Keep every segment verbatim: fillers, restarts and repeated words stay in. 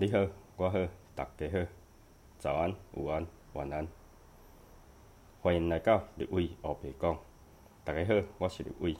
你好，我好，大家好，早安、午安、晚安，欢迎来到立伟黑白讲。大家好，我是立伟。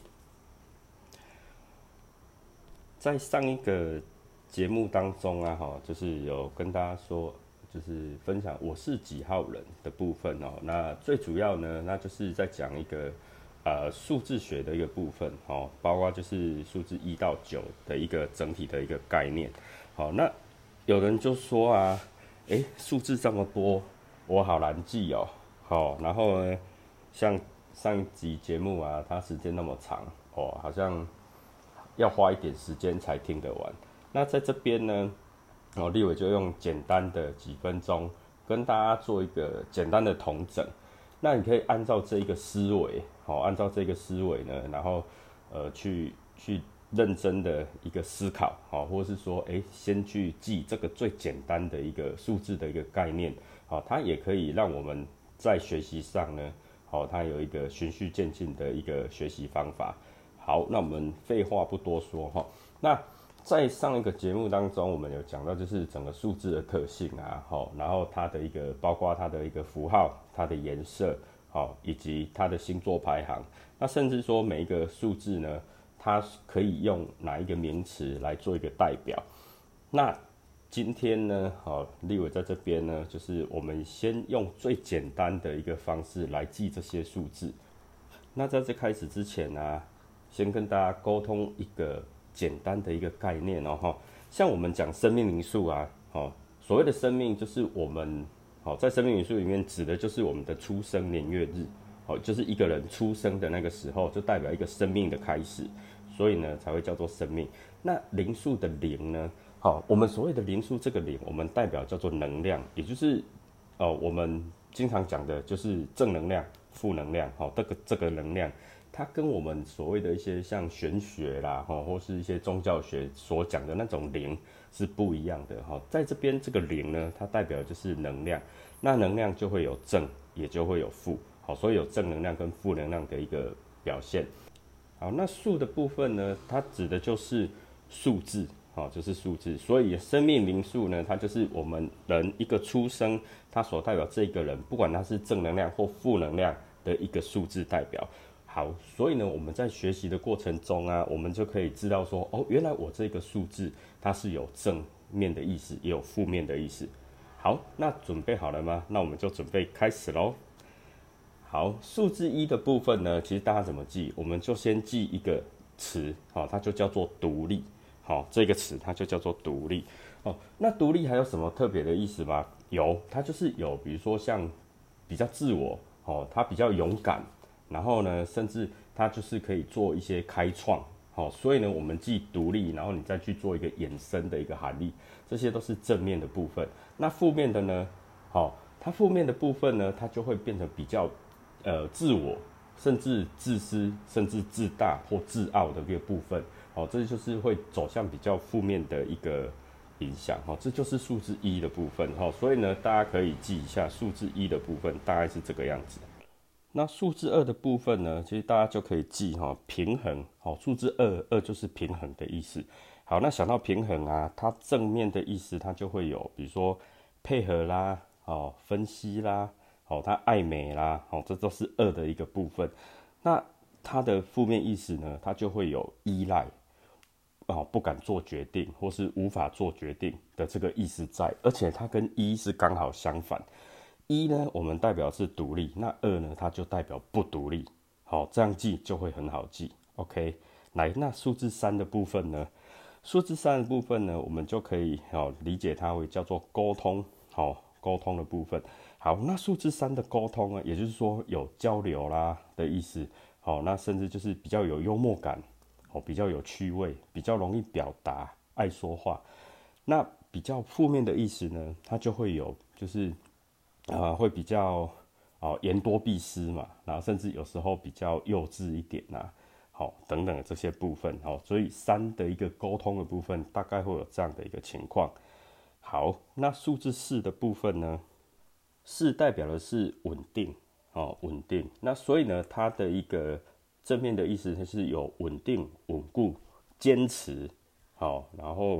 在上一个节目当中啊，哈，就是有跟大家说，就是分享我是几号人的部分哦。那最主要呢，那就是在讲一个呃数字学的一个部分哦，包括就是数字一到九的一个整体的一个概念。好，那有人就说啊，诶，数字这么多，我好难记哦。好，然后呢，像上一集节目啊，它时间那么长哦，好像要花一点时间才听得完。那在这边呢，哦，立伟就用简单的几分钟跟大家做一个简单的统整。那你可以按照这一个思维，好、哦，按照这个思维呢，然后呃去去认真的一个思考，好、哦，或是说，哎，先去记这个最简单的一个数字的一个概念，好、哦，它也可以让我们在学习上呢，好、哦，它有一个循序渐进的一个学习方法。好，那我们废话不多说哈。那在上一个节目当中，我们有讲到就是整个数字的特性啊，好，然后它的一个包括它的一个符号、它的颜色，好，以及它的星座排行。那甚至说每一个数字呢，它可以用哪一个名词来做一个代表。那今天呢，好，立伟在这边呢，就是我们先用最简单的一个方式来记这些数字。那在这开始之前呢、啊，先跟大家沟通一个简单的一个概念哦哈。像我们讲生命灵数啊，哦，所谓的生命就是我们，哦，在生命灵数里面指的就是我们的出生年月日，哦，就是一个人出生的那个时候，就代表一个生命的开始，所以呢才会叫做生命。那灵数的灵呢，好，我们所谓的灵数这个灵，我们代表叫做能量，也就是哦，我们经常讲的就是正能量、负能量，好，这个这个能量，它跟我们所谓的一些像玄学啦，哈，或是一些宗教学所讲的那种灵是不一样的，哈。在这边这个灵呢，它代表就是能量，那能量就会有正，也就会有负，好，所以有正能量跟负能量的一个表现。好，那数的部分呢，它指的就是数字，好，就是数字。所以生命灵数呢，它就是我们人一个出生，它所代表这个人，不管他是正能量或负能量的一个数字代表。好，所以呢，我们在学习的过程中啊，我们就可以知道说，哦，原来我这个数字它是有正面的意思，也有负面的意思。好，那准备好了吗？那我们就准备开始喽。好，数字一的部分呢，其实大家怎么记？我们就先记一个词，好、哦，它就叫做独立。好、哦，这个词它就叫做独立。哦，那独立还有什么特别的意思吗？有，它就是有，比如说像比较自我，哦，他比较勇敢，然后呢，甚至他就是可以做一些开创。好、哦，所以呢，我们记独立，然后你再去做一个衍生的一个含义，这些都是正面的部分。那负面的呢？好、哦，它负面的部分呢，它就会变成比较呃自我，甚至自私，甚至自大或自傲的一个部分，哦，这就是会走向比较负面的一个影响，哦，这就是数字一的部分，哦，所以呢，大家可以记一下数字一的部分大概是这个样子。那数字二的部分呢，其实大家就可以记哈、哦，平衡，好、哦，数字二，二就是平衡的意思。好，那想到平衡啊，它正面的意思它就会有，比如说配合啦，哦，分析啦，哦，它爱美啦，哦，这都是二的一个部分。那它的负面意思呢，它就会有依赖，哦，不敢做决定或是无法做决定的这个意思在，而且它跟一是刚好相反。一呢，我们代表是独立，那二呢，它就代表不独立。好，这样记就会很好记。OK，来，那数字三的部分呢？数字三的部分呢，我们就可以好理解它为叫做沟通，好，沟通的部分。好，那数字三的沟通呢，也就是说有交流啦的意思。好，那甚至就是比较有幽默感，哦，比较有趣味，比较容易表达，爱说话。那比较负面的意思呢，它就会有就是啊、呃会比较哦言多必失嘛，然后甚至有时候比较幼稚一点呐、好、哦、等等的这些部分，好、哦，所以三的一个沟通的部分大概会有这样的一个情况。好，那数字四的部分呢，四代表的是稳定，哦，稳定。那所以呢，它的一个正面的意思，它是有稳定、稳固、坚持，好、然后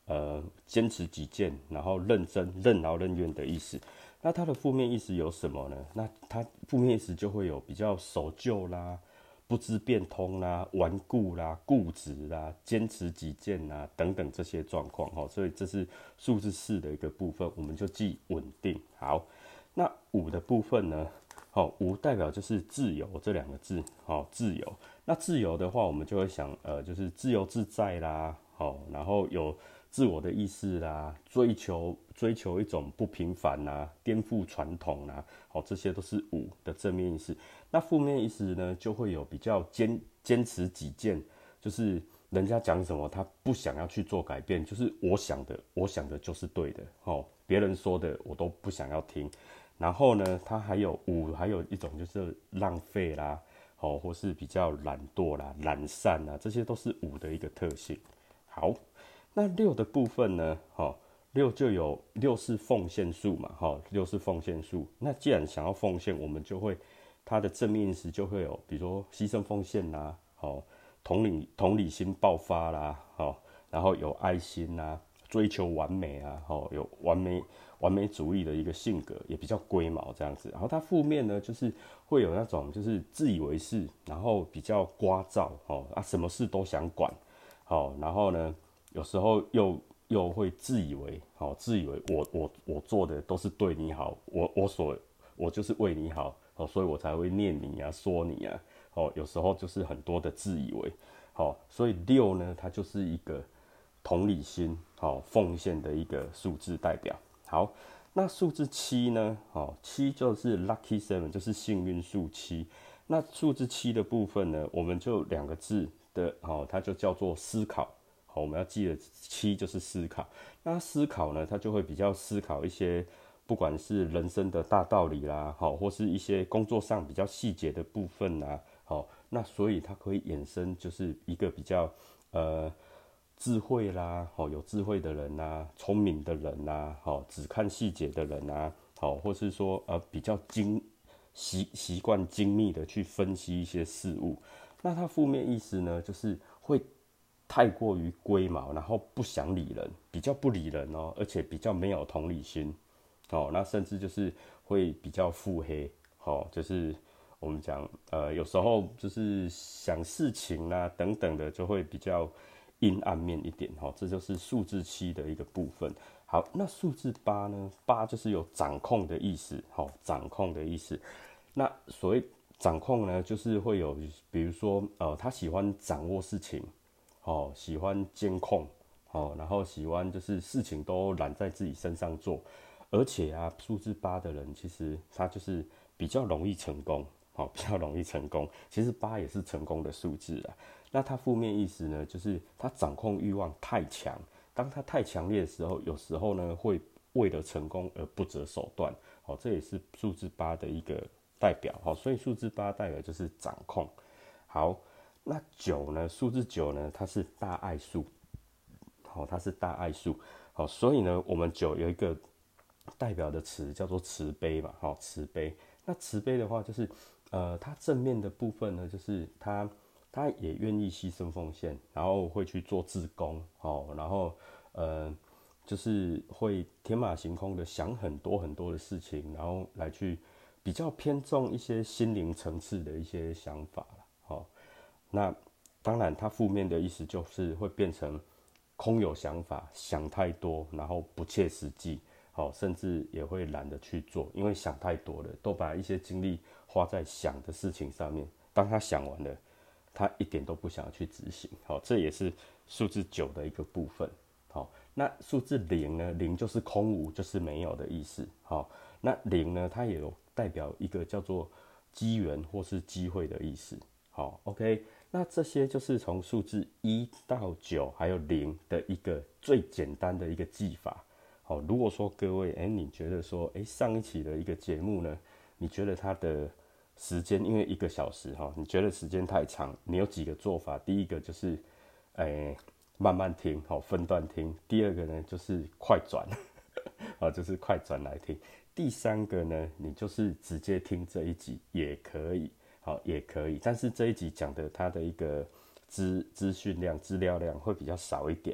呃坚持己见，然后认真、任劳任怨的意思。那它的负面意思有什么呢？那它负面意思就会有比较守旧啦、不知变通啦、顽固啦、固执啦、坚持己见啦等等这些状况哈。所以这是数字四的一个部分，我们就记稳定。好，那五的部分呢？好，五代表就是自由这两个字，好，自由。那自由的话，我们就会想，呃，就是自由自在啦，好，然后有自我的意识啦，追求追求一种不平凡啦，颠覆传统啦，好，这些都是五的正面意思。那负面意思呢，就会有比较坚坚持己见，就是人家讲什么，他不想要去做改变，就是我想的，我想的就是对的，哦，别人说的我都不想要听。然后呢，它还有五，还有一种就是浪费啦，哦，或是比较懒惰啦、懒散啦，这些都是五的一个特性。好，那六的部分呢，哦，六就有六是奉献数嘛，哈、哦，六是奉献数。那既然想要奉献，我们就会它的正面意思就会有，比如说牺牲奉献啦，哦，同理同理心爆发啦，哦，然后有爱心啦，追求完美啊，哦，有完美。完美主义的一个性格，也比较龟毛这样子。然后它负面呢，就是会有那种就是自以为是，然后比较聒噪哦啊，什么事都想管，好、哦，然后呢，有时候又又会自以为好、哦，自以为我我我做的都是对你好，我我所我就是为你好哦，所以我才会念你啊，说你啊，哦，有时候就是很多的自以为，好、哦，所以六呢，它就是一个同理心、好、哦、奉献的一个数字代表。好，那数字七呢？哦，七就是 lucky seven， 就是幸运数七。那数字七的部分呢，我们就两个字的，哦，它就叫做思考。好，我们要记得七就是思考。那思考呢，它就会比较思考一些，不管是人生的大道理啦，好，或是一些工作上比较细节的部分啦，好，那所以它可以衍生就是一个比较，呃。智慧啦，哦，有智慧的人呐，聪明的人呐，哦，只看细节的人呐，哦，或是说呃比较精习习惯精密的去分析一些事物。那它负面意思呢，就是会太过于龟毛，然后不想理人，比较不理人哦，而且比较没有同理心，哦，那甚至就是会比较腹黑，哦，就是我们讲呃有时候就是想事情啦、啊、等等的，就会比较。阴暗面一点哈，这就是数字七的一个部分。好，那数字八呢？八就是有掌控的意思，好，掌控的意思。那所谓掌控呢，就是会有，比如说，呃，他喜欢掌握事情，哦，喜欢监控，哦，然后喜欢就是事情都揽在自己身上做，而且啊，数字八的人其实他就是比较容易成功，好、哦，比较容易成功。其实八也是成功的数字啊。那它负面意思呢，就是他掌控欲望太强，当他太强烈的时候，有时候呢会为了成功而不择手段，好，这也是数字八的一个代表，好，所以数字八代表就是掌控。好，那九呢，数字九呢，它是大爱数，好，它是大爱数，好，所以呢，我们九有一个代表的词叫做慈悲嘛，好，慈悲。那慈悲的话，就是呃，它正面的部分呢，就是它。他也愿意牺牲奉献，然后会去做志工，哦，然后呃，就是会天马行空的想很多很多的事情，然后来去比较偏重一些心灵层次的一些想法啦，哦，那当然，它负面的意思就是会变成空有想法，想太多，然后不切实际，好、哦，甚至也会懒得去做，因为想太多了，都把一些精力花在想的事情上面。当他想完了，他一点都不想去执行，好，这也是数字九的一个部分，好，那数字零呢？零就是空无，就是没有的意思，好，那零呢，它也有代表一个叫做机缘或是机会的意思，好 ，OK， 那这些就是从数字一到九还有零的一个最简单的一个记法，好，如果说各位，哎，你觉得说，哎，上一期的一个节目呢，你觉得它的时间因为一个小时哈，你觉得时间太长，你有几个做法？第一个就是，诶、慢慢听，好，分段听。第二个呢，就是快转，啊，就是快转来听。第三个呢，你就是直接听这一集也可以，好，也可以。但是这一集讲的它的一个资资讯量、资料量会比较少一点，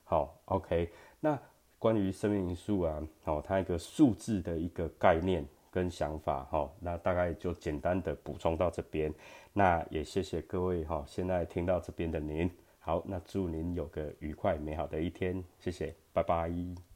好，OK，那关于生命因素啊，好，它一个数字的一个概念跟想法，哈，那大概就简单的补充到这边。那也谢谢各位哈，现在听到这边的您，好，那祝您有个愉快美好的一天，谢谢，拜拜。